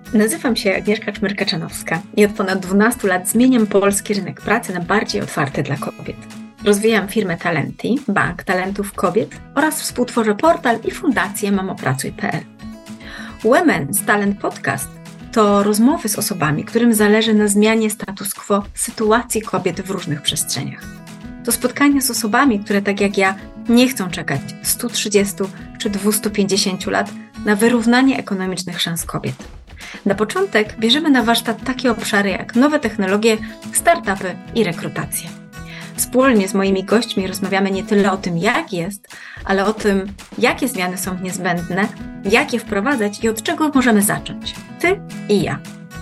Nazywam się Agnieszka Czmyrka-Czanowska i od ponad 12 lat zmieniam polski rynek pracy na bardziej otwarty dla kobiet. Rozwijam firmę Talenty, bank talentów kobiet oraz współtworzę portal i fundację mamopracuj.pl. Women's Talent Podcast to rozmowy z osobami, którym zależy na zmianie status quo sytuacji kobiet w różnych przestrzeniach. To spotkania z osobami, które tak jak ja nie chcą czekać 130 czy 250 lat na wyrównanie ekonomicznych szans kobiet. Na początek bierzemy na warsztat takie obszary jak nowe technologie, startupy i rekrutacje. Wspólnie z moimi gośćmi rozmawiamy nie tyle o tym, jak jest, ale o tym, jakie zmiany są niezbędne, jak je wprowadzać i od czego możemy zacząć. Ty i ja.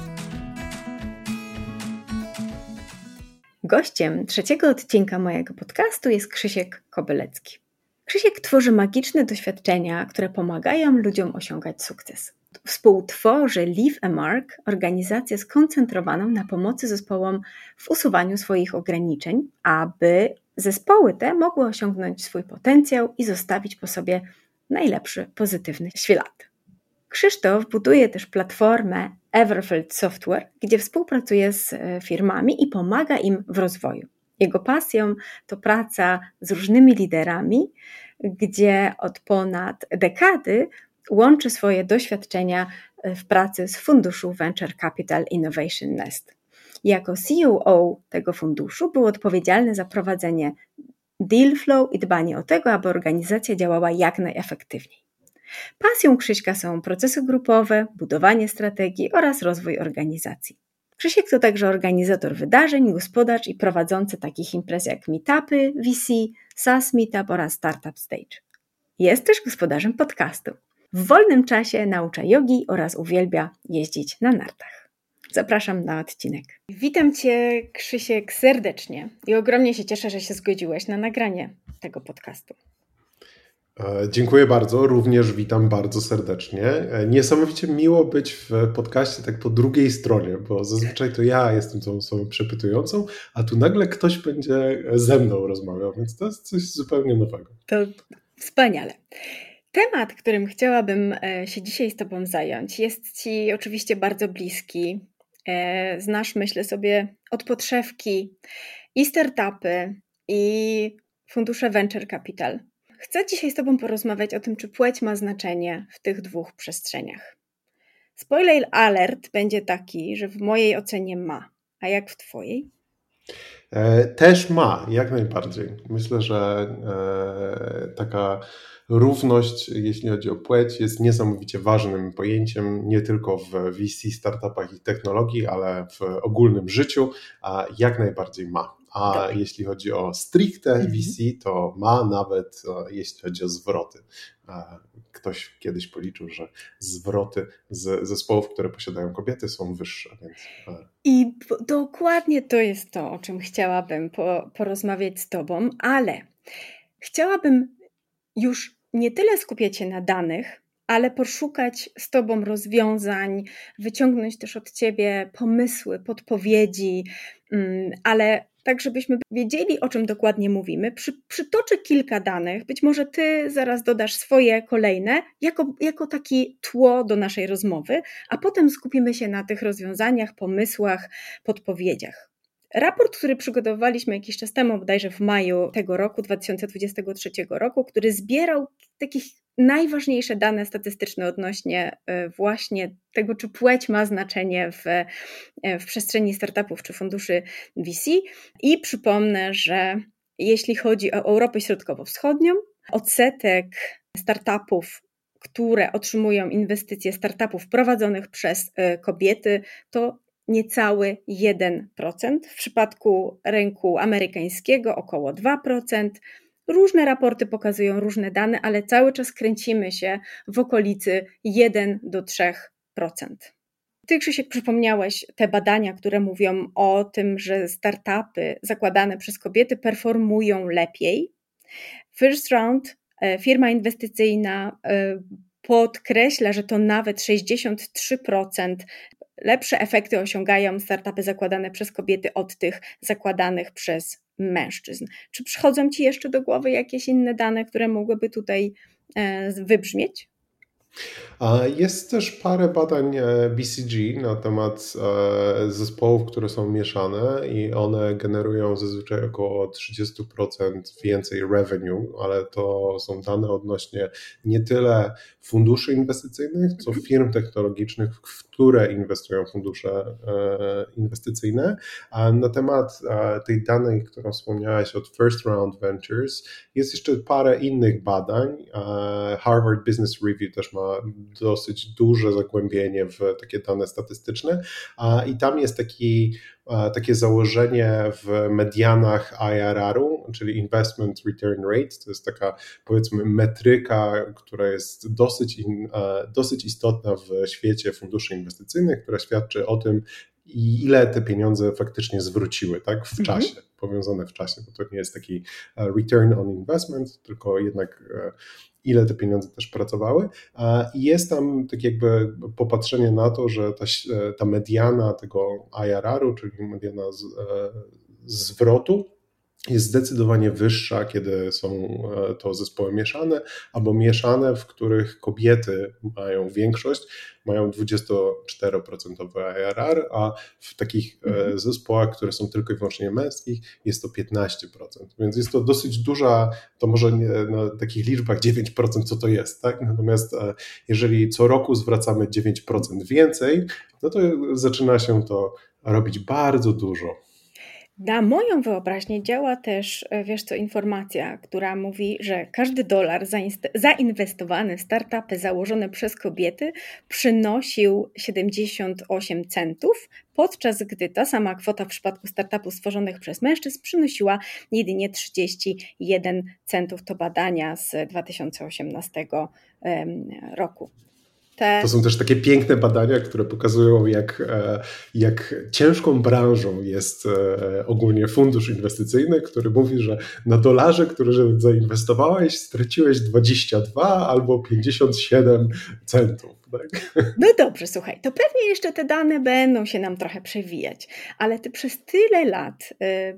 Gościem trzeciego odcinka mojego podcastu jest Krzysiek Kobylecki. Krzysiek tworzy magiczne doświadczenia, które pomagają ludziom osiągać sukces. Współtworzy Leave a Mark, organizację skoncentrowaną na pomocy zespołom w usuwaniu swoich ograniczeń, aby zespoły te mogły osiągnąć swój potencjał i zostawić po sobie najlepszy, pozytywny ślad. Krzysztof buduje też platformę Everfield Software, gdzie współpracuje z firmami i pomaga im w rozwoju. Jego pasją to praca z różnymi liderami, gdzie od ponad dekady łączy swoje doświadczenia w pracy z funduszu Venture Capital Innovation Nest. Jako COO tego funduszu był odpowiedzialny za prowadzenie deal flow i dbanie o tego, aby organizacja działała jak najefektywniej. Pasją Krzyśka są procesy grupowe, budowanie strategii oraz rozwój organizacji. Krzysiek to także organizator wydarzeń, gospodarz i prowadzący takich imprez jak meetupy, VC, SaaS Meetup oraz Startup Stage. Jest też gospodarzem podcastu. W wolnym czasie naucza jogi oraz uwielbia jeździć na nartach. Zapraszam na odcinek. Witam Cię, Krzysiek, serdecznie i ogromnie się cieszę, że się zgodziłeś na nagranie tego podcastu. Dziękuję bardzo, również witam bardzo serdecznie. Niesamowicie miło być w podcaście tak po drugiej stronie, bo zazwyczaj to ja jestem tą osobą przepytującą, a tu nagle ktoś będzie ze mną rozmawiał, więc to jest coś zupełnie nowego. To wspaniale. Temat, którym chciałabym się dzisiaj z Tobą zająć, jest Ci oczywiście bardzo bliski. Znasz, myślę sobie, od podszewki i startupy, i fundusze Venture Capital. Chcę dzisiaj z Tobą porozmawiać o tym, czy płeć ma znaczenie w tych dwóch przestrzeniach. Spoiler alert będzie taki, że w mojej ocenie ma, a jak w Twojej? Też ma, jak najbardziej. Myślę, że taka równość, jeśli chodzi o płeć, jest niesamowicie ważnym pojęciem, nie tylko w VC, startupach i technologii, ale w ogólnym życiu, a jak najbardziej ma. A Dobrze. Jeśli chodzi o stricte VC, to ma nawet, jeśli chodzi o zwroty. Ktoś kiedyś policzył, że zwroty z zespołów, które posiadają kobiety, są wyższe. Więc... I dokładnie to jest to, o czym chciałabym porozmawiać z Tobą, ale chciałabym już nie tyle skupiać się na danych, ale poszukać z Tobą rozwiązań, wyciągnąć też od Ciebie pomysły, podpowiedzi, ale tak, żebyśmy wiedzieli, o czym dokładnie mówimy. Przytoczę kilka danych, być może Ty zaraz dodasz swoje kolejne, jako taki tło do naszej rozmowy, a potem skupimy się na tych rozwiązaniach, pomysłach, podpowiedziach. Raport, który przygotowaliśmy jakiś czas temu, bodajże w maju tego roku, 2023 roku, który zbierał takich najważniejsze dane statystyczne odnośnie właśnie tego, czy płeć ma znaczenie w przestrzeni startupów czy funduszy VC. I przypomnę, że jeśli chodzi o Europę Środkowo-Wschodnią, odsetek startupów, które otrzymują inwestycje startupów prowadzonych przez kobiety, to niecały 1%. W przypadku rynku amerykańskiego około 2%. Różne raporty pokazują różne dane, ale cały czas kręcimy się w okolicy 1 do 3%. Ty, Krzysiek, przypomniałeś te badania, które mówią o tym, że startupy zakładane przez kobiety performują lepiej. First Round, firma inwestycyjna, podkreśla, że to nawet 63% lepsze efekty osiągają startupy zakładane przez kobiety od tych zakładanych przez mężczyzn. Czy przychodzą Ci jeszcze do głowy jakieś inne dane, które mogłyby tutaj wybrzmieć? A jest też parę badań BCG na temat zespołów, które są mieszane i one generują zazwyczaj około 30% więcej revenue, ale to są dane odnośnie nie tyle funduszy inwestycyjnych, co firm technologicznych, w które inwestują fundusze inwestycyjne. A na temat tej danej, którą wspomniałeś od First Round Ventures, jest jeszcze parę innych badań. Harvard Business Review też ma dosyć duże zagłębienie w takie dane statystyczne i tam jest takie założenie w medianach IRR-u, czyli Investment Return Rate. To jest taka, powiedzmy, metryka, która jest dosyć istotna w świecie funduszy inwestycyjnych, która świadczy o tym, ile te pieniądze faktycznie zwróciły, tak, w czasie, powiązane w czasie, bo to nie jest taki return on investment, tylko jednak ile te pieniądze też pracowały. I jest tam tak jakby popatrzenie na to, że ta mediana tego IRR-u, czyli mediana zwrotu, jest zdecydowanie wyższa, kiedy są to zespoły mieszane, albo mieszane, w których kobiety mają większość, mają 24% IRR, a w takich zespołach, które są tylko i wyłącznie męskich, jest to 15%. Więc jest to dosyć duża, to może nie na takich liczbach 9%, co to jest, tak? Natomiast jeżeli co roku zwracamy 9% więcej, no to zaczyna się to robić bardzo dużo. Na moją wyobraźnię działa też, wiesz co, informacja, która mówi, że każdy dolar zainwestowany w startupy założone przez kobiety przynosił 78 centów, podczas gdy ta sama kwota w przypadku startupów stworzonych przez mężczyzn przynosiła jedynie 31 centów. To badania z 2018 roku. To są też takie piękne badania, które pokazują, jak ciężką branżą jest ogólnie fundusz inwestycyjny, który mówi, że na dolarze, który zainwestowałeś, straciłeś 22 albo 57 centów. Tak? No dobrze, słuchaj, to pewnie jeszcze te dane będą się nam trochę przewijać, ale ty przez tyle lat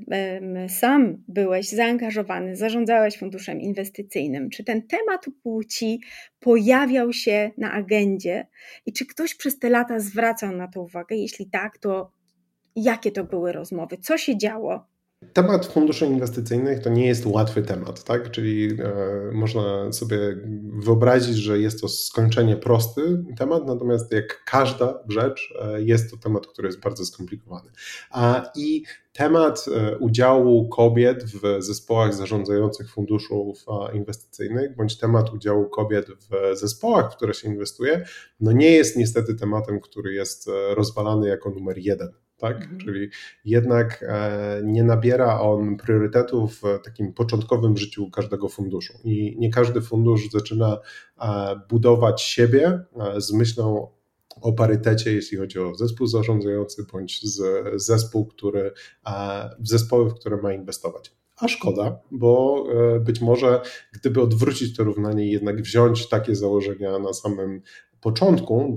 sam byłeś zaangażowany, zarządzałeś funduszem inwestycyjnym. Czy ten temat płci pojawiał się na agendzie i czy ktoś przez te lata zwracał na to uwagę? Jeśli tak, to jakie to były rozmowy? Co się działo? Temat funduszy inwestycyjnych to nie jest łatwy temat, tak? Czyli można sobie wyobrazić, że jest to skończenie prosty temat, natomiast jak każda rzecz, jest to temat, który jest bardzo skomplikowany. I temat udziału kobiet w zespołach zarządzających funduszów inwestycyjnych, bądź temat udziału kobiet w zespołach, w które się inwestuje, no nie jest niestety tematem, który jest rozwalany jako numer jeden. Tak? Czyli jednak nie nabiera on priorytetu w takim początkowym życiu każdego funduszu. I nie każdy fundusz zaczyna budować siebie z myślą o parytecie, jeśli chodzi o zespół zarządzający, bądź zespoły, w które ma inwestować. A szkoda, bo być może gdyby odwrócić to równanie i jednak wziąć takie założenia na samym początku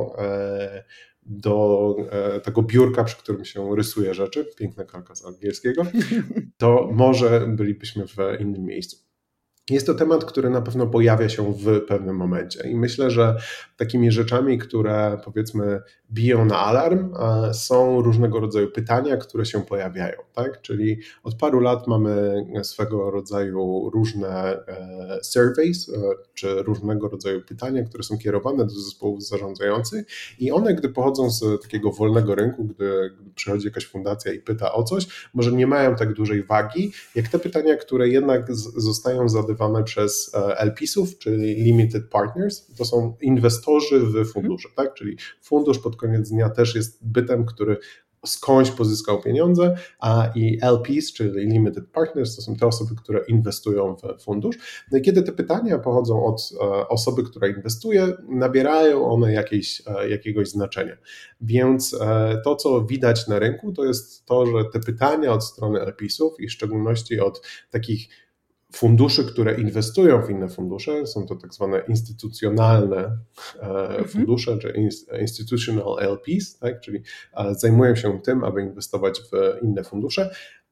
do tego biurka, przy którym się rysuje rzeczy, piękna kalka z angielskiego, to może bylibyśmy w innym miejscu. Jest to temat, który na pewno pojawia się w pewnym momencie i myślę, że takimi rzeczami, które powiedzmy biją na alarm, są różnego rodzaju pytania, które się pojawiają, tak? Czyli od paru lat mamy swego rodzaju różne surveys, czy różnego rodzaju pytania, które są kierowane do zespołów zarządzających i one, gdy pochodzą z takiego wolnego rynku, gdy przychodzi jakaś fundacja i pyta o coś, może nie mają tak dużej wagi, jak te pytania, które jednak zostają zadane przez LP-sów, czyli Limited Partners. To są inwestorzy w fundusze, tak? Czyli fundusz pod koniec dnia też jest bytem, który skądś pozyskał pieniądze, i LPs, czyli Limited Partners, to są te osoby, które inwestują w fundusz. No i kiedy te pytania pochodzą od osoby, która inwestuje, nabierają one jakiegoś znaczenia. Więc to, co widać na rynku, to jest to, że te pytania od strony LPs-ów i w szczególności od takich funduszy, które inwestują w inne fundusze, są to tak zwane instytucjonalne fundusze, czy institutional LPs, tak? Czyli zajmują się tym, aby inwestować w inne fundusze.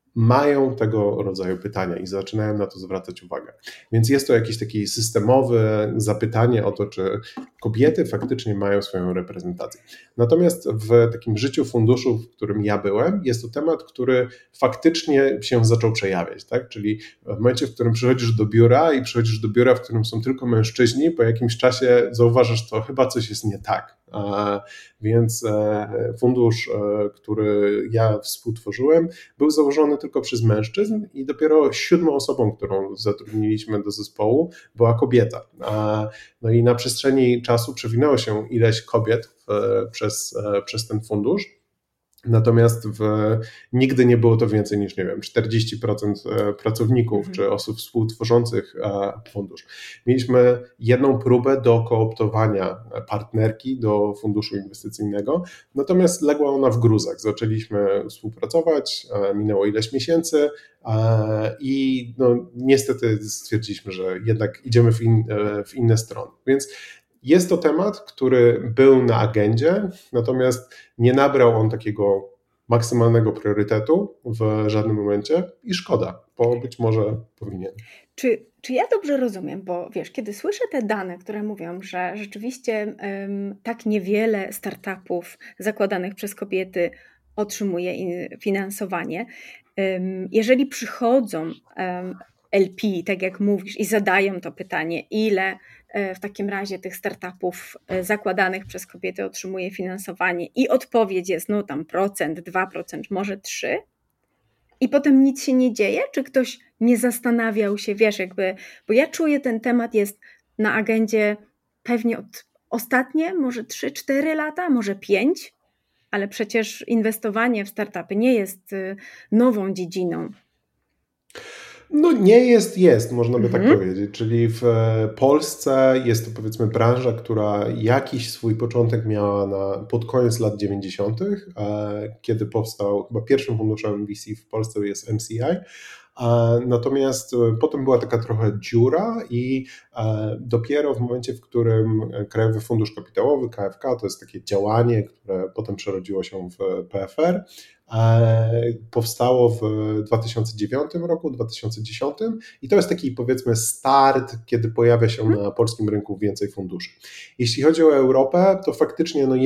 mają tego rodzaju pytania i zaczynają na to zwracać uwagę. Więc jest to jakieś takie systemowe zapytanie o to, czy kobiety faktycznie mają swoją reprezentację. Natomiast w takim życiu funduszu, w którym ja byłem, jest to temat, który faktycznie się zaczął przejawiać, tak? Czyli w momencie, w którym przychodzisz do biura i przychodzisz do biura, w którym są tylko mężczyźni, po jakimś czasie zauważasz, to chyba coś jest nie tak. Więc fundusz, który ja współtworzyłem, był założony tylko przez mężczyzn i dopiero 7. osobą, którą zatrudniliśmy do zespołu, była kobieta. No i na przestrzeni czasu przewinęło się ileś kobiet przez ten fundusz. Natomiast nigdy nie było to więcej niż, nie wiem, 40% pracowników czy osób współtworzących fundusz. Mieliśmy jedną próbę do kooptowania partnerki do funduszu inwestycyjnego, natomiast legła ona w gruzach. Zaczęliśmy współpracować, minęło ileś miesięcy i no, niestety stwierdziliśmy, że jednak idziemy w inne strony. Więc jest to temat, który był na agendzie, natomiast nie nabrał on takiego maksymalnego priorytetu w żadnym momencie i szkoda, bo być może powinien. Czy ja dobrze rozumiem, bo wiesz, kiedy słyszę te dane, które mówią, że rzeczywiście tak niewiele startupów zakładanych przez kobiety otrzymuje finansowanie, jeżeli przychodzą LP, tak jak mówisz, i zadają to pytanie, ile w takim razie tych startupów zakładanych przez kobiety otrzymuje finansowanie i odpowiedź jest no tam 1%, 2%, może 3%, i potem nic się nie dzieje? Czy ktoś nie zastanawiał się, wiesz, jakby, bo ja czuję, ten temat jest na agendzie pewnie od ostatnie, może 3-4 lata, może 5, ale przecież inwestowanie w startupy nie jest nową dziedziną. No nie jest, można by tak powiedzieć. Czyli w Polsce jest to, powiedzmy, branża, która jakiś swój początek miała pod koniec lat 90., kiedy powstał, chyba pierwszym funduszem VC w Polsce jest MCI. Natomiast potem była taka trochę dziura i dopiero w momencie, w którym Krajowy Fundusz Kapitałowy, KFK, to jest takie działanie, które potem przerodziło się w PFR, powstało w 2009 roku, 2010 i to jest taki, powiedzmy, start, kiedy pojawia się na polskim rynku więcej funduszy. Jeśli chodzi o Europę, to faktycznie no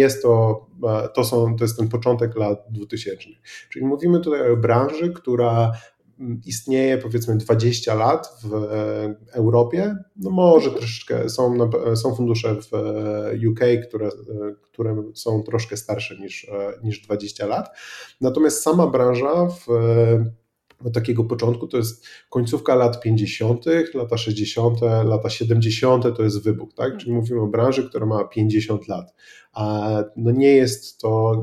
to jest ten początek lat 2000. Czyli mówimy tutaj o branży, która istnieje, powiedzmy, 20 lat w Europie. No może troszeczkę są fundusze w UK, które są troszkę starsze niż 20 lat. Natomiast sama branża od takiego początku to jest końcówka lat 50., lata 60., lata 70. to jest wybuch, tak? Czyli mówimy o branży, która ma 50 lat. No jest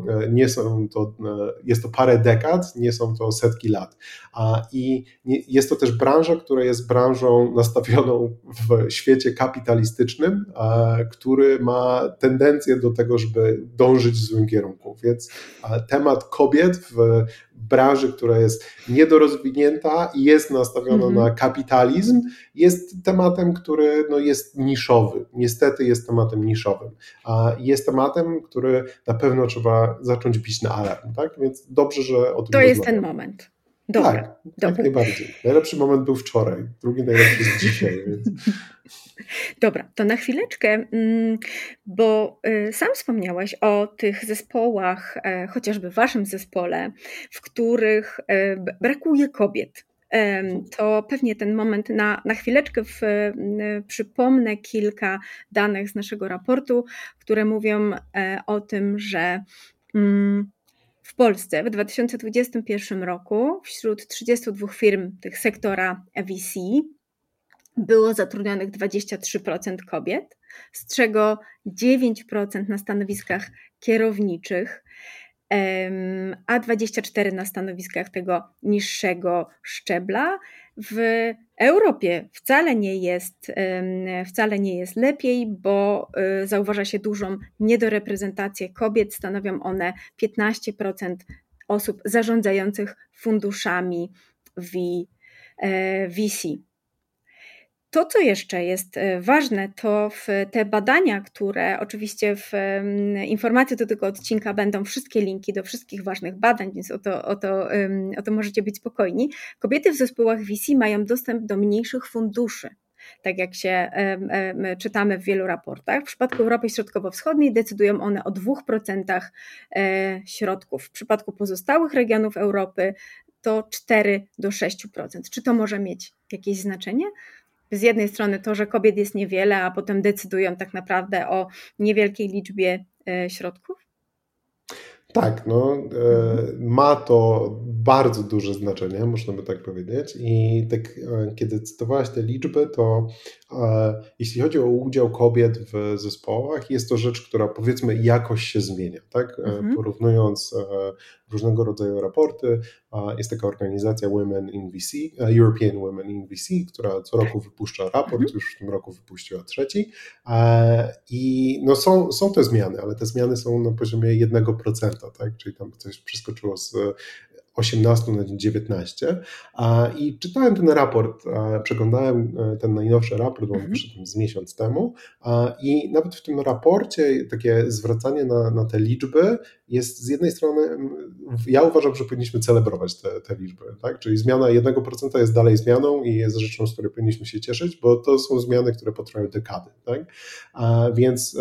to parę dekad, nie są to setki lat. I jest to też branża, która jest branżą nastawioną w świecie kapitalistycznym, który ma tendencję do tego, żeby dążyć w złym kierunku. Więc temat kobiet w branży, która jest niedorozwinięta i jest nastawiona na kapitalizm, jest tematem, który jest niszowy. Niestety jest tematem niszowym. Jest tematem, który na pewno trzeba zacząć bić na alarm. Tak? Więc dobrze, że o tym rozmawiamy. To jest ten moment. Dobra, tak, jak najbardziej. Najlepszy moment był wczoraj, drugi najlepszy jest dzisiaj. Więc... Dobra, to na chwileczkę, bo sam wspomniałaś o tych zespołach, chociażby w waszym zespole, w których brakuje kobiet. To pewnie ten moment na chwileczkę przypomnę kilka danych z naszego raportu, które mówią o tym, że w Polsce w 2021 roku wśród 32 firm tych sektora VC było zatrudnionych 23% kobiet, z czego 9% na stanowiskach kierowniczych, a 24% na stanowiskach tego niższego szczebla. W Europie wcale nie jest lepiej, bo zauważa się dużą niedoreprezentację kobiet. Stanowią one 15% osób zarządzających funduszami VC. To, co jeszcze jest ważne, to w te badania, które oczywiście w informacji do tego odcinka będą wszystkie linki do wszystkich ważnych badań, więc o to możecie być spokojni. Kobiety w zespołach VC mają dostęp do mniejszych funduszy. Tak jak się czytamy w wielu raportach. W przypadku Europy Środkowo-Wschodniej decydują one o 2% środków. W przypadku pozostałych regionów Europy to 4-6%. Czy to może mieć jakieś znaczenie? Z jednej strony to, że kobiet jest niewiele, a potem decydują tak naprawdę o niewielkiej liczbie środków? Tak, ma to bardzo duże znaczenie, można by tak powiedzieć. I tak, kiedy cytowałaś te liczby, to jeśli chodzi o udział kobiet w zespołach, jest to rzecz, która powiedzmy jakoś się zmienia. Tak? Porównując różnego rodzaju raporty, jest taka organizacja Women in VC, European Women in VC, która co roku wypuszcza raport, już w tym roku wypuściła trzeci. I są te zmiany, ale te zmiany są na poziomie 1%, tak? Czyli tam coś przeskoczyło z 18 na 19. I czytałem ten raport, przeglądałem ten najnowszy raport, bo on wyszedł z miesiąc temu, i nawet w tym raporcie takie zwracanie na te liczby jest z jednej strony, ja uważam, że powinniśmy celebrować te liczby, tak? Czyli zmiana 1% jest dalej zmianą i jest rzeczą, z której powinniśmy się cieszyć, bo to są zmiany, które potrwają dekady, tak? Więc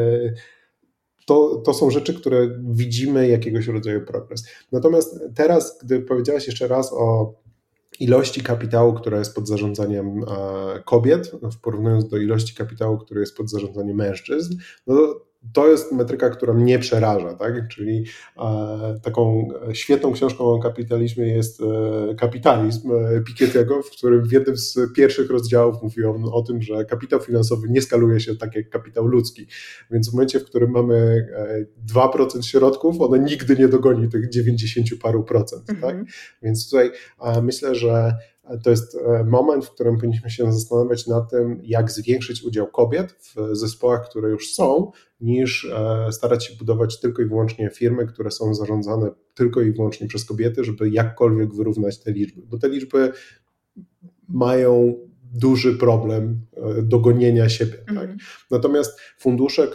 to są rzeczy, które widzimy jakiegoś rodzaju progres. Natomiast teraz, gdy powiedziałaś jeszcze raz o ilości kapitału, która jest pod zarządzaniem kobiet, porównując do ilości kapitału, który jest pod zarządzaniem mężczyzn, to jest metryka, która mnie przeraża, tak? Czyli taką świetną książką o kapitalizmie jest Kapitalizm Piketty'ego, w którym w jednym z pierwszych rozdziałów mówi on o tym, że kapitał finansowy nie skaluje się tak jak kapitał ludzki, więc w momencie, w którym mamy 2% środków, one nigdy nie dogoni tych 90 paru procent, tak? Więc tutaj myślę, że to jest moment, w którym powinniśmy się zastanawiać nad tym, jak zwiększyć udział kobiet w zespołach, które już są, niż starać się budować tylko i wyłącznie firmy, które są zarządzane tylko i wyłącznie przez kobiety, żeby jakkolwiek wyrównać te liczby. Bo te liczby mają duży problem dogonienia siebie. Tak? Natomiast fundusze,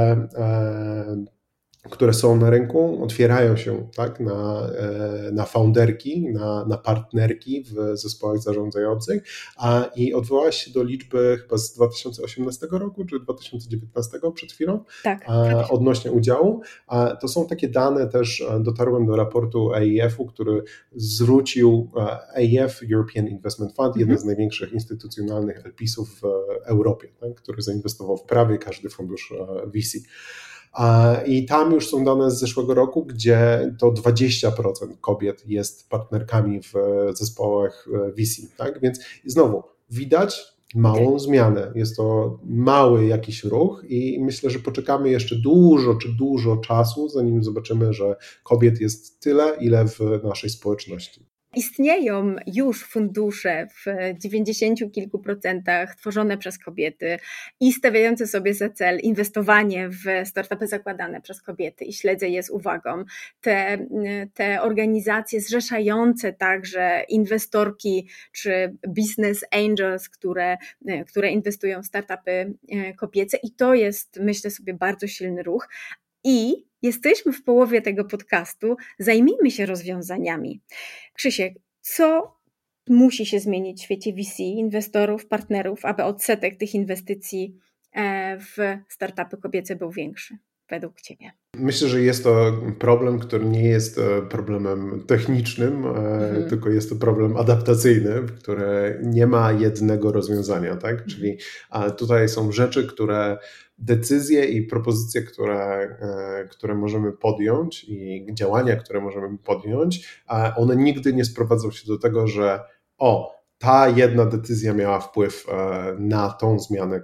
które są na rynku, otwierają się, tak, na founderki, na partnerki w zespołach zarządzających, i odwołałaś się do liczby chyba z 2018 roku, czy 2019 przed chwilą, tak, odnośnie udziału. To są takie dane, też dotarłem do raportu AIF-u, który zwrócił AIF, European Investment Fund, jeden z największych instytucjonalnych LP-sów w Europie, tak, który zainwestował w prawie każdy fundusz VC. I tam już są dane z zeszłego roku, gdzie to 20% kobiet jest partnerkami w zespołach VC. Tak? Więc znowu widać małą zmianę. Jest to mały jakiś ruch i myślę, że poczekamy jeszcze dużo czasu, zanim zobaczymy, że kobiet jest tyle, ile w naszej społeczności. Istnieją już fundusze w 90 kilku procentach tworzone przez kobiety i stawiające sobie za cel inwestowanie w startupy zakładane przez kobiety i śledzę je z uwagą. Te organizacje zrzeszające także inwestorki czy business angels, które inwestują w startupy kobiece i to jest, myślę sobie, bardzo silny ruch. I jesteśmy w połowie tego podcastu, zajmijmy się rozwiązaniami. Krzysiek, co musi się zmienić w świecie VC, inwestorów, partnerów, aby odsetek tych inwestycji w startupy kobiece był większy według Ciebie? Myślę, że jest to problem, który nie jest problemem technicznym, tylko jest to problem adaptacyjny, w które nie ma jednego rozwiązania, tak? Czyli tutaj są rzeczy, decyzje i propozycje, które możemy podjąć i działania, które możemy podjąć, one nigdy nie sprowadzą się do tego, że ta jedna decyzja miała wpływ na tą zmianę,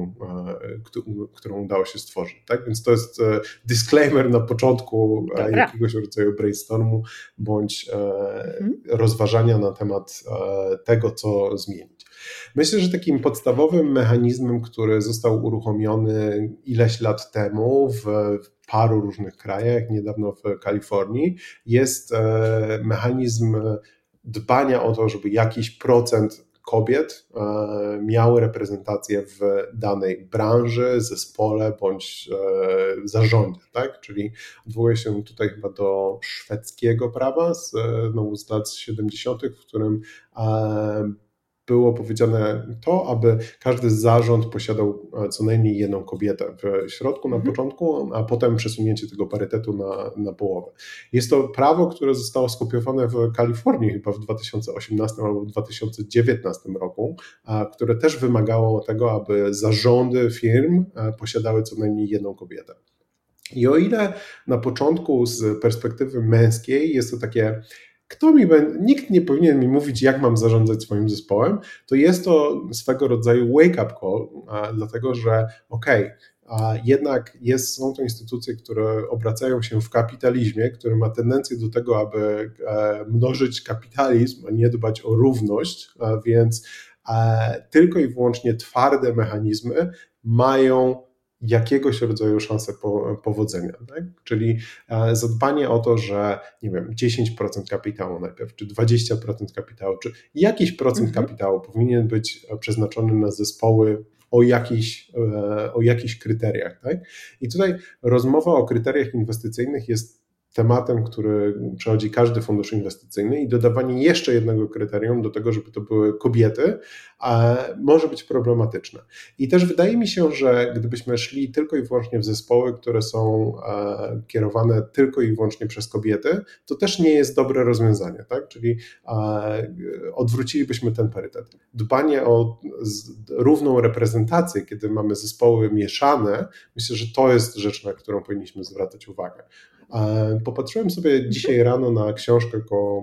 którą udało się stworzyć. Tak? Więc to jest disclaimer na początku jakiegoś rodzaju brainstormu bądź rozważania na temat tego, co zmienić. Myślę, że takim podstawowym mechanizmem, który został uruchomiony ileś lat temu w paru różnych krajach, niedawno w Kalifornii, jest mechanizm dbania o to, żeby jakiś procent kobiet miały reprezentację w danej branży, zespole bądź zarządzie, tak? Czyli odwołuję się tutaj chyba do szwedzkiego prawa z lat 70., w którym było powiedziane to, aby każdy zarząd posiadał co najmniej jedną kobietę w środku na początku, a potem przesunięcie tego parytetu na połowę. Jest to prawo, które zostało skopiowane w Kalifornii chyba w 2018 albo w 2019 roku, które też wymagało tego, aby zarządy firm posiadały co najmniej jedną kobietę. I o ile na początku z perspektywy męskiej jest to takie nikt nie powinien mi mówić, jak mam zarządzać swoim zespołem, to jest to swego rodzaju wake-up call, dlatego że jednak są to instytucje, które obracają się w kapitalizmie, który ma tendencję do tego, aby mnożyć kapitalizm, a nie dbać o równość, więc tylko i wyłącznie twarde mechanizmy mają jakiegoś rodzaju szansę powodzenia. Tak? Czyli zadbanie o to, że nie wiem, 10% kapitału najpierw, czy 20% kapitału, czy jakiś procent kapitału powinien być przeznaczony na zespoły o jakichś kryteriach. Tak? I tutaj rozmowa o kryteriach inwestycyjnych jest tematem, który przechodzi każdy fundusz inwestycyjny i dodawanie jeszcze jednego kryterium do tego, żeby to były kobiety, może być problematyczne. I też wydaje mi się, że gdybyśmy szli tylko i wyłącznie w zespoły, które są kierowane tylko i wyłącznie przez kobiety, to też nie jest dobre rozwiązanie, tak? Czyli odwrócilibyśmy ten parytet. Dbanie o równą reprezentację, kiedy mamy zespoły mieszane, myślę, że to jest rzecz, na którą powinniśmy zwracać uwagę. Popatrzyłem sobie dzisiaj rano na książkę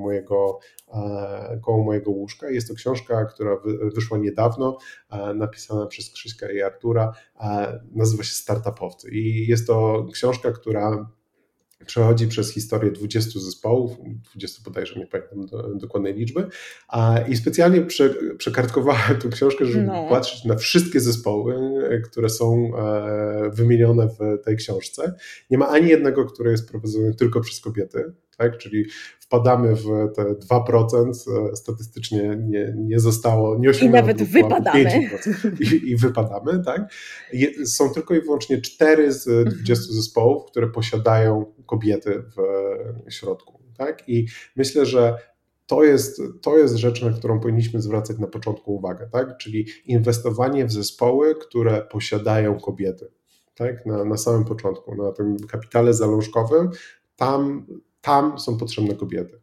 koło mojego łóżka. Jest to książka, która wyszła niedawno, napisana przez Krzyśka i Artura, nazywa się Startupowcy i jest to książka, która przechodzi przez historię 20 zespołów, 20 bodajże, nie pamiętam dokładnej liczby, i specjalnie przekartkowałem tę książkę, żeby patrzeć na wszystkie zespoły, które są wymienione w tej książce. Nie ma ani jednego, które jest prowadzone tylko przez kobiety, tak? Czyli wpadamy w te 2%, statystycznie nie zostało, nie osiągnęło. I nawet wypadamy. 5% i wypadamy, tak? Są tylko i wyłącznie 4 z 20 zespołów, które posiadają kobiety w środku, tak? I myślę, że to jest rzecz, na którą powinniśmy zwracać na początku uwagę, tak? Czyli inwestowanie w zespoły, które posiadają kobiety, tak? Na samym początku, na tym kapitale zalążkowym, tam są potrzebne kobiety.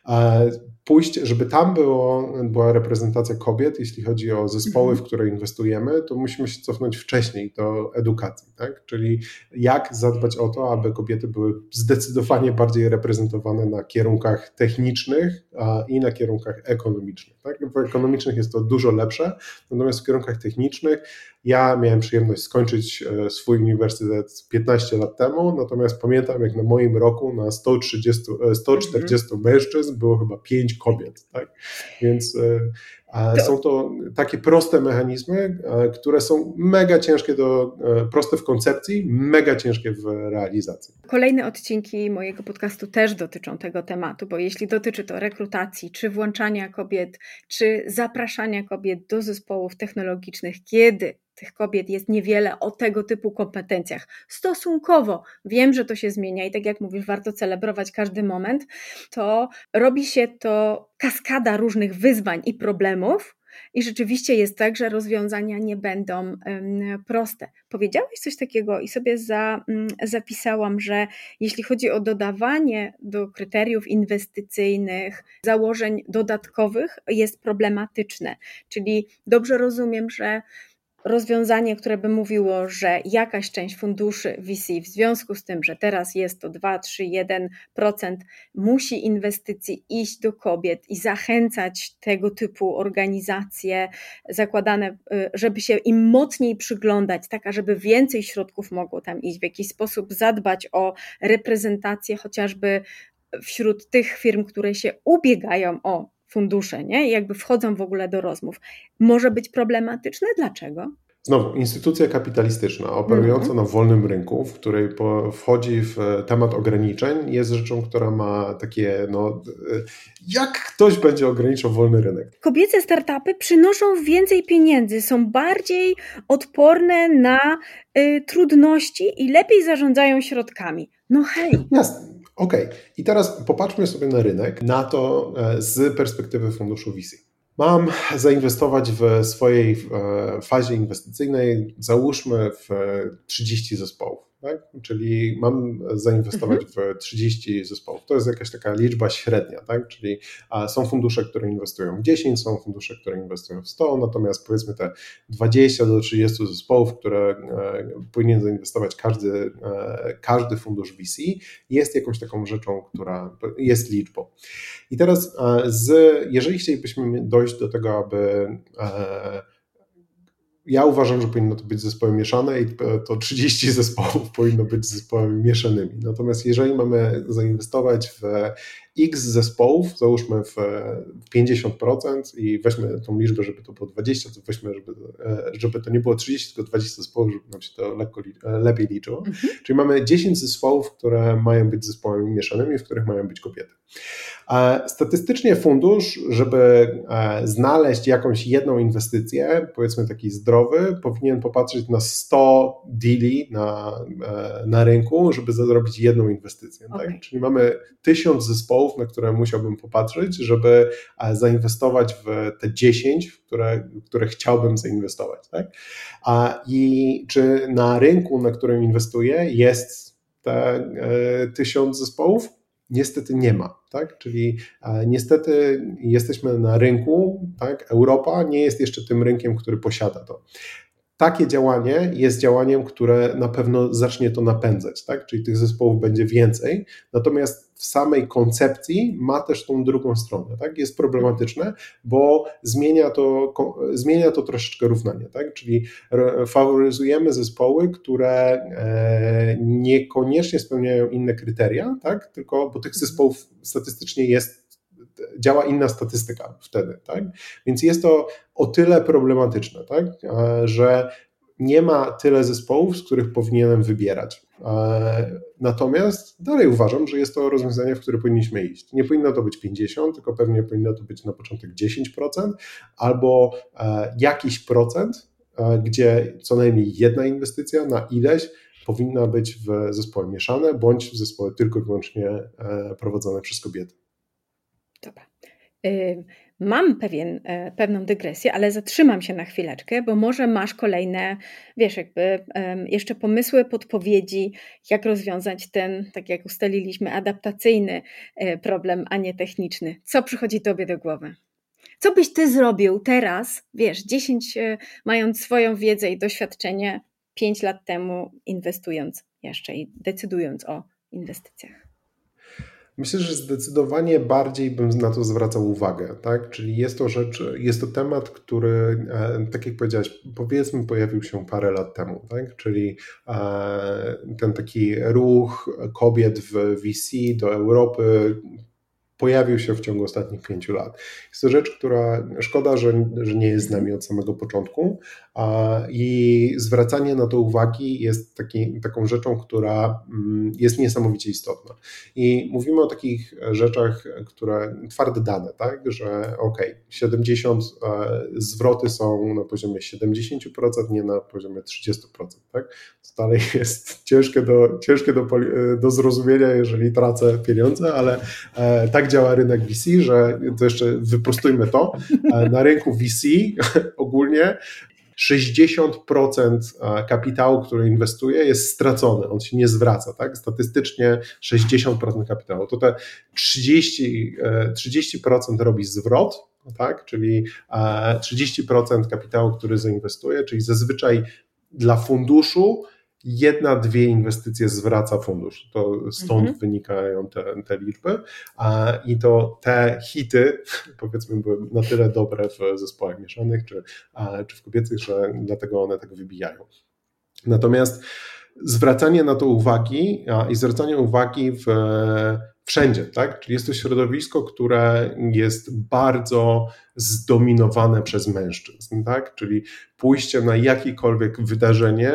Żeby tam była reprezentacja kobiet, jeśli chodzi o zespoły, w które inwestujemy, to musimy się cofnąć wcześniej do edukacji, tak? Czyli jak zadbać o to, aby kobiety były zdecydowanie bardziej reprezentowane na kierunkach technicznych i na kierunkach ekonomicznych. Tak? W ekonomicznych jest to dużo lepsze, natomiast w kierunkach technicznych ja miałem przyjemność skończyć swój uniwersytet 15 lat temu, natomiast pamiętam, jak na moim roku na 140 mężczyzn było chyba 5 kobiet. Tak? Więc są to takie proste mechanizmy, które są mega ciężkie proste w koncepcji, mega ciężkie w realizacji. Kolejne odcinki mojego podcastu też dotyczą tego tematu, bo jeśli dotyczy to rekrutacji, czy włączania kobiet, czy zapraszania kobiet do zespołów technologicznych, kiedy tych kobiet jest niewiele o tego typu kompetencjach. Stosunkowo wiem, że to się zmienia i tak jak mówisz, warto celebrować każdy moment, to robi się to kaskada różnych wyzwań i problemów i rzeczywiście jest tak, że rozwiązania nie będą proste. Powiedziałeś coś takiego i sobie zapisałam, że jeśli chodzi o dodawanie do kryteriów inwestycyjnych założeń dodatkowych jest problematyczne, czyli dobrze rozumiem, że rozwiązanie, które by mówiło, że jakaś część funduszy VC w związku z tym, że teraz jest to 2, 3, 1% musi inwestycji iść do kobiet i zachęcać tego typu organizacje zakładane, żeby się im mocniej przyglądać, tak, żeby więcej środków mogło tam iść, w jakiś sposób zadbać o reprezentację chociażby wśród tych firm, które się ubiegają o fundusze, nie? I jakby wchodzą w ogóle do rozmów. Może być problematyczne? Dlaczego? Znowu, instytucja kapitalistyczna operująca na wolnym rynku, w której wchodzi w temat ograniczeń, jest rzeczą, która ma takie, jak ktoś będzie ograniczał wolny rynek? Kobiece startupy przynoszą więcej pieniędzy, są bardziej odporne na trudności i lepiej zarządzają środkami. No hej! Jasne. Okej. I teraz popatrzmy sobie na rynek, na to z perspektywy funduszu VC. Mam zainwestować w swojej fazie inwestycyjnej, załóżmy w 30 zespołów, tak? Czyli mam zainwestować w 30 zespołów. To jest jakaś taka liczba średnia, tak? Czyli są fundusze, które inwestują w 10, są fundusze, które inwestują w 100, natomiast powiedzmy te 20 do 30 zespołów, które powinien zainwestować każdy fundusz VC, jest jakąś taką rzeczą, która jest liczbą. I teraz jeżeli chcielibyśmy dojść do tego, aby ja uważam, że powinno to być zespoły mieszane i to 30 zespołów powinno być zespołami mieszanymi. Natomiast jeżeli mamy zainwestować w X zespołów, załóżmy w 50% i weźmy tą liczbę, żeby to było 20, to weźmy, żeby to nie było 30, tylko 20 zespołów, żeby nam się to lepiej liczyło. Czyli mamy 10 zespołów, które mają być zespołami mieszanymi, w których mają być kobiety. Statystycznie fundusz, żeby znaleźć jakąś jedną inwestycję, powiedzmy taki zdrowy, powinien popatrzeć na 100 deali na rynku, żeby zrobić jedną inwestycję. Okay. Tak? Czyli mamy 1000 zespołów, na które musiałbym popatrzeć, żeby zainwestować w te 10, w które chciałbym zainwestować. Tak? I czy na rynku, na którym inwestuję, jest te 1000 zespołów? Niestety nie ma, tak? Czyli niestety jesteśmy na rynku, tak? Europa nie jest jeszcze tym rynkiem, który posiada to. Takie działanie jest działaniem, które na pewno zacznie to napędzać, tak? Czyli tych zespołów będzie więcej, natomiast w samej koncepcji ma też tą drugą stronę, tak? Jest problematyczne, bo zmienia to troszeczkę równanie, tak? Czyli faworyzujemy zespoły, które niekoniecznie spełniają inne kryteria, tak? Tylko bo tych zespołów statystycznie działa inna statystyka wtedy, tak? Więc jest to o tyle problematyczne, tak? Że nie ma tyle zespołów, z których powinienem wybierać. Natomiast dalej uważam, że jest to rozwiązanie, w które powinniśmy iść. Nie powinno to być 50, tylko pewnie powinno to być na początek 10% albo jakiś procent, gdzie co najmniej jedna inwestycja na ileś powinna być w zespoły mieszane, bądź w zespoły tylko i wyłącznie prowadzone przez kobiety. Dobra. Mam pewną dygresję, ale zatrzymam się na chwileczkę, bo może masz kolejne, jeszcze pomysły, podpowiedzi, jak rozwiązać ten, tak jak ustaliliśmy, adaptacyjny problem, a nie techniczny. Co przychodzi tobie do głowy? Co byś ty zrobił teraz, 10 mając swoją wiedzę i doświadczenie, 5 lat temu inwestując jeszcze i decydując o inwestycjach? Myślę, że zdecydowanie bardziej bym na to zwracał uwagę, tak? Czyli jest to temat, który, tak jak powiedziałeś, powiedzmy pojawił się parę lat temu, tak? Czyli ten taki ruch kobiet w VC do Europy pojawił się w ciągu ostatnich 5 lat. Jest to rzecz, która szkoda, że nie jest z nami od samego początku i zwracanie na to uwagi jest taką rzeczą, która jest niesamowicie istotna. I mówimy o takich rzeczach, które twarde dane, tak, że 70 zwroty są na poziomie 70%, nie na poziomie 30%, tak? To dalej jest ciężkie do zrozumienia, jeżeli tracę pieniądze, ale tak działa rynek VC, że to jeszcze wyprostujmy to. Na rynku VC ogólnie 60% kapitału, który inwestuje, jest stracony, on się nie zwraca, tak? Statystycznie 60% kapitału. To te 30% robi zwrot, tak? Czyli 30% kapitału, który zainwestuje, czyli zazwyczaj dla funduszu 1-2 inwestycje zwraca fundusz. To stąd wynikają te liczby. I to te hity, powiedzmy, były na tyle dobre w zespołach mieszanych czy w kobiecych, że dlatego one tak wybijają. Natomiast zwracanie na to uwagi i zwracanie uwagi wszędzie, tak? Czyli jest to środowisko, które jest bardzo zdominowane przez mężczyzn, tak? Czyli pójście na jakiekolwiek wydarzenie,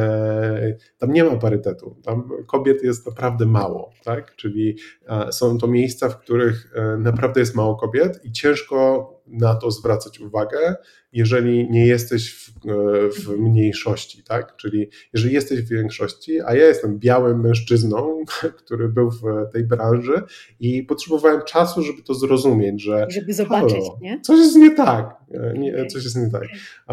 tam nie ma parytetu, tam kobiet jest naprawdę mało, tak? Czyli są to miejsca, w których naprawdę jest mało kobiet i ciężko na to zwracać uwagę, jeżeli nie jesteś w mniejszości, tak? Czyli jeżeli jesteś w większości, a ja jestem białym mężczyzną, który był w tej branży i potrzebowałem czasu, żeby to zrozumieć, że żeby zobaczyć, nie? coś jest nie tak, Okay. coś jest nie tak.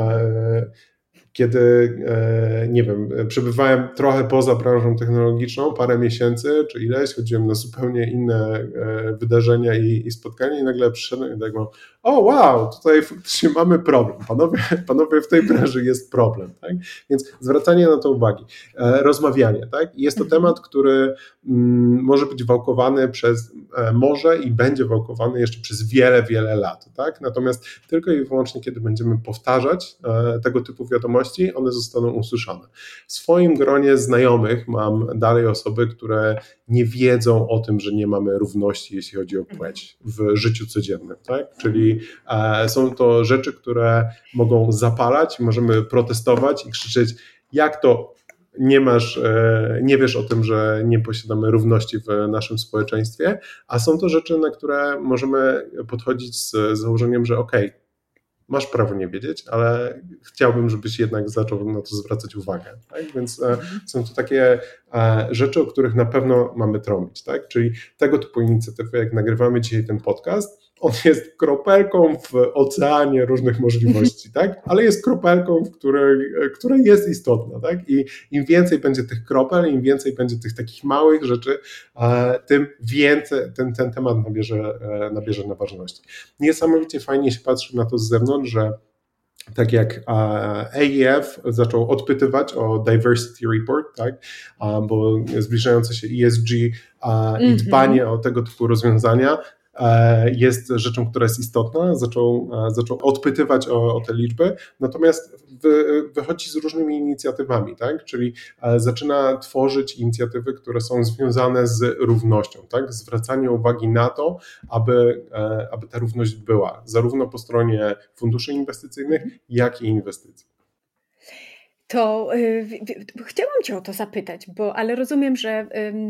Kiedy, nie wiem, przebywałem trochę poza branżą technologiczną, parę miesięcy czy ileś, chodziłem na zupełnie inne wydarzenia i spotkania i nagle przyszedłem i tak mam, o wow, tutaj faktycznie mamy problem, panowie w tej branży jest problem, tak? Więc zwracanie na to uwagi, rozmawianie, tak? I jest to temat, który może być wałkowany może i będzie wałkowany jeszcze przez wiele, wiele lat, tak? Natomiast tylko i wyłącznie, kiedy będziemy powtarzać tego typu wiadomości, one zostaną usłyszane. W swoim gronie znajomych mam dalej osoby, które nie wiedzą o tym, że nie mamy równości, jeśli chodzi o płeć w życiu codziennym, tak? Czyli są to rzeczy, które mogą zapalać, możemy protestować i krzyczeć, jak to nie wiesz o tym, że nie posiadamy równości w naszym społeczeństwie, a są to rzeczy, na które możemy podchodzić z założeniem, że okej, masz prawo nie wiedzieć, ale chciałbym, żebyś jednak zaczął na to zwracać uwagę. Tak? Więc są to takie rzeczy, o których na pewno mamy trąbić. Tak? Czyli tego typu inicjatywy, jak nagrywamy dzisiaj ten podcast, on jest kropelką w oceanie różnych możliwości, tak? Ale jest kropelką, która jest istotna. Tak? I im więcej będzie tych kropel, im więcej będzie tych takich małych rzeczy, tym więcej ten temat nabierze na ważności. Niesamowicie fajnie się patrzy na to z zewnątrz, że tak jak AEF zaczął odpytywać o Diversity Report, tak, bo zbliżające się ESG i dbanie o tego typu rozwiązania jest rzeczą, która jest istotna, zaczął odpytywać o te liczby, natomiast wychodzi z różnymi inicjatywami, tak? Czyli zaczyna tworzyć inicjatywy, które są związane z równością, tak? Zwracanie uwagi na to, aby ta równość była, zarówno po stronie funduszy inwestycyjnych, jak i inwestycji. To chciałam Cię o to zapytać, ale rozumiem, że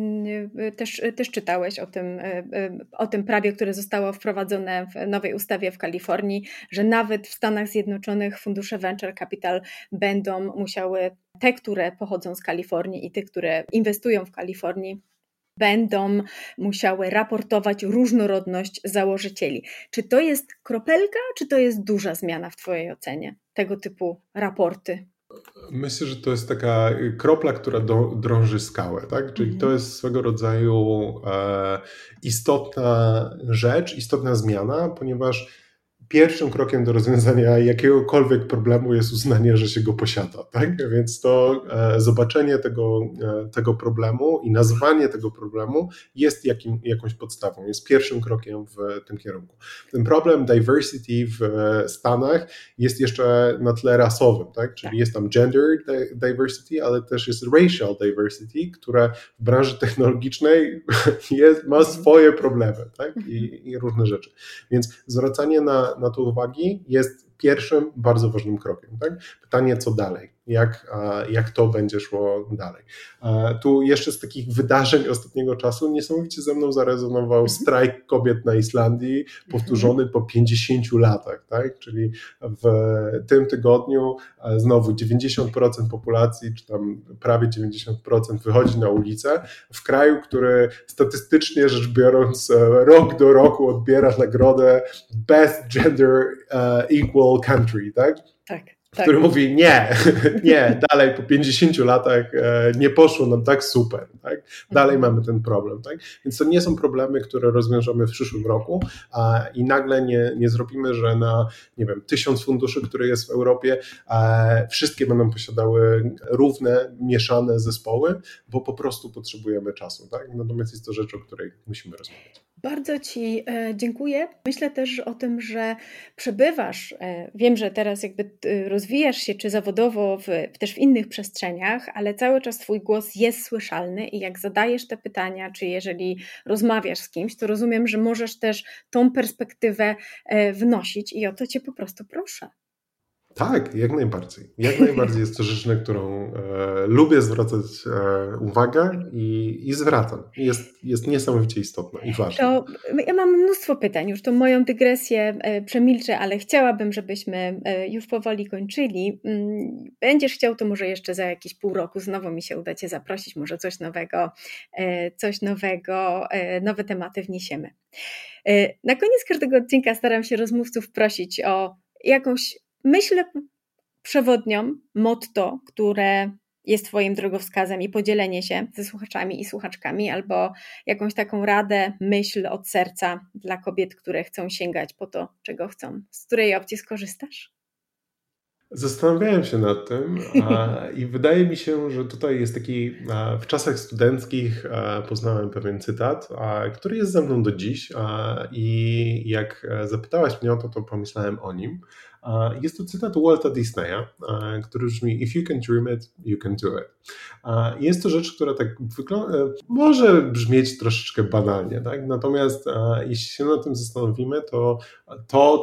też czytałeś o tym prawie, które zostało wprowadzone w nowej ustawie w Kalifornii, że nawet w Stanach Zjednoczonych fundusze venture capital będą musiały, te, które pochodzą z Kalifornii i te, które inwestują w Kalifornii, będą musiały raportować różnorodność założycieli. Czy to jest kropelka, czy to jest duża zmiana w Twojej ocenie, tego typu raporty? Myślę, że to jest taka kropla, która drąży skałę, tak? Czyli to jest swego rodzaju istotna rzecz, istotna zmiana, ponieważ pierwszym krokiem do rozwiązania jakiegokolwiek problemu jest uznanie, że się go posiada, tak? Więc to zobaczenie tego problemu i nazwanie tego problemu jest jakąś podstawą, jest pierwszym krokiem w tym kierunku. Ten problem diversity w Stanach jest jeszcze na tle rasowym, tak? Czyli jest tam gender diversity, ale też jest racial diversity, które w branży technologicznej ma swoje problemy, tak? I różne rzeczy. Więc zwracanie na to uwagi jest pierwszym bardzo ważnym krokiem. Tak? Pytanie, co dalej? Jak to będzie szło dalej? Tu jeszcze z takich wydarzeń ostatniego czasu niesamowicie ze mną zarezonował strajk kobiet na Islandii, powtórzony po 50 latach. Tak? Czyli w tym tygodniu znowu 90% populacji, czy tam prawie 90% wychodzi na ulicę w kraju, który statystycznie rzecz biorąc rok do roku odbiera nagrodę Best Gender Equal Country, tak? Tak. Który mówi nie, dalej po 50 latach nie poszło nam tak super, tak? Dalej mamy ten problem, tak? Więc to nie są problemy, które rozwiążemy w przyszłym roku i nagle nie zrobimy, że na, nie wiem, 1000 funduszy, które jest w Europie, wszystkie będą posiadały równe, mieszane zespoły, bo po prostu potrzebujemy czasu, tak? Natomiast jest to rzecz, o której musimy rozmawiać. Bardzo Ci dziękuję. Myślę też o tym, że przebywasz, wiem, że teraz jakby rozwijasz się czy zawodowo, też w innych przestrzeniach, ale cały czas Twój głos jest słyszalny i jak jak zadajesz te pytania, czy jeżeli rozmawiasz z kimś, to rozumiem, że możesz też tą perspektywę wnosić i o to Cię po prostu proszę. Tak, jak najbardziej. Jak najbardziej jest to rzecz, na którą lubię zwracać uwagę i zwracam. Jest niesamowicie istotna i ważna. To ja mam mnóstwo pytań, już tą moją dygresję przemilczę, ale chciałabym, żebyśmy już powoli kończyli. Będziesz chciał, to może jeszcze za jakieś pół roku znowu mi się uda Cię zaprosić, może coś nowego, nowe tematy wniesiemy. Na koniec każdego odcinka staram się rozmówców prosić o jakąś myśl przewodnią, motto, które jest Twoim drogowskazem i podzielenie się ze słuchaczami i słuchaczkami, albo jakąś taką radę, myśl od serca dla kobiet, które chcą sięgać po to, czego chcą. Z której opcji skorzystasz? Zastanawiałem się nad tym i wydaje mi się, że tutaj jest taki, w czasach studenckich poznałem pewien cytat, który jest ze mną do dziś i jak zapytałaś mnie o to, to pomyślałem o nim. Jest to cytat Walta Disneya, który brzmi: "If you can dream it, you can do it". Jest to rzecz, która tak może brzmieć troszeczkę banalnie, tak? Natomiast jeśli się nad tym zastanowimy, to,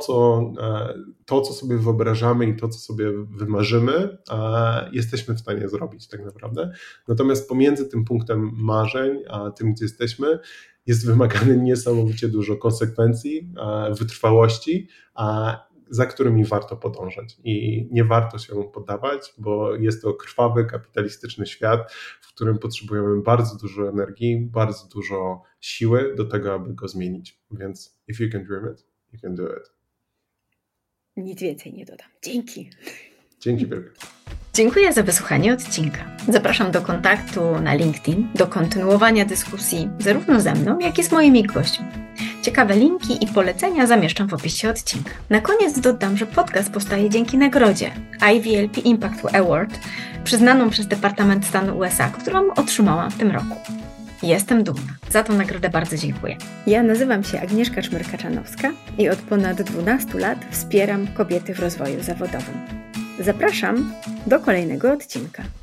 co sobie wyobrażamy i to, co sobie wymarzymy, jesteśmy w stanie zrobić tak naprawdę. Natomiast pomiędzy tym punktem marzeń a tym, gdzie jesteśmy, jest wymagane niesamowicie dużo konsekwencji, wytrwałości, za którymi warto podążać i nie warto się poddawać, bo jest to krwawy, kapitalistyczny świat, w którym potrzebujemy bardzo dużo energii, bardzo dużo siły do tego, aby go zmienić. Więc if you can dream it, you can do it. Nic więcej nie dodam. Dzięki. Dzięki wielkie. Dziękuję za wysłuchanie odcinka. Zapraszam do kontaktu na LinkedIn, do kontynuowania dyskusji zarówno ze mną, jak i z moimi gośćmi. Ciekawe linki i polecenia zamieszczam w opisie odcinka. Na koniec dodam, że podcast powstaje dzięki nagrodzie IVLP Impact Award, przyznaną przez Departament Stanu USA, którą otrzymałam w tym roku. Jestem dumna. Za tą nagrodę bardzo dziękuję. Ja nazywam się Agnieszka Czmyrka-Czanowska i od ponad 12 lat wspieram kobiety w rozwoju zawodowym. Zapraszam do kolejnego odcinka.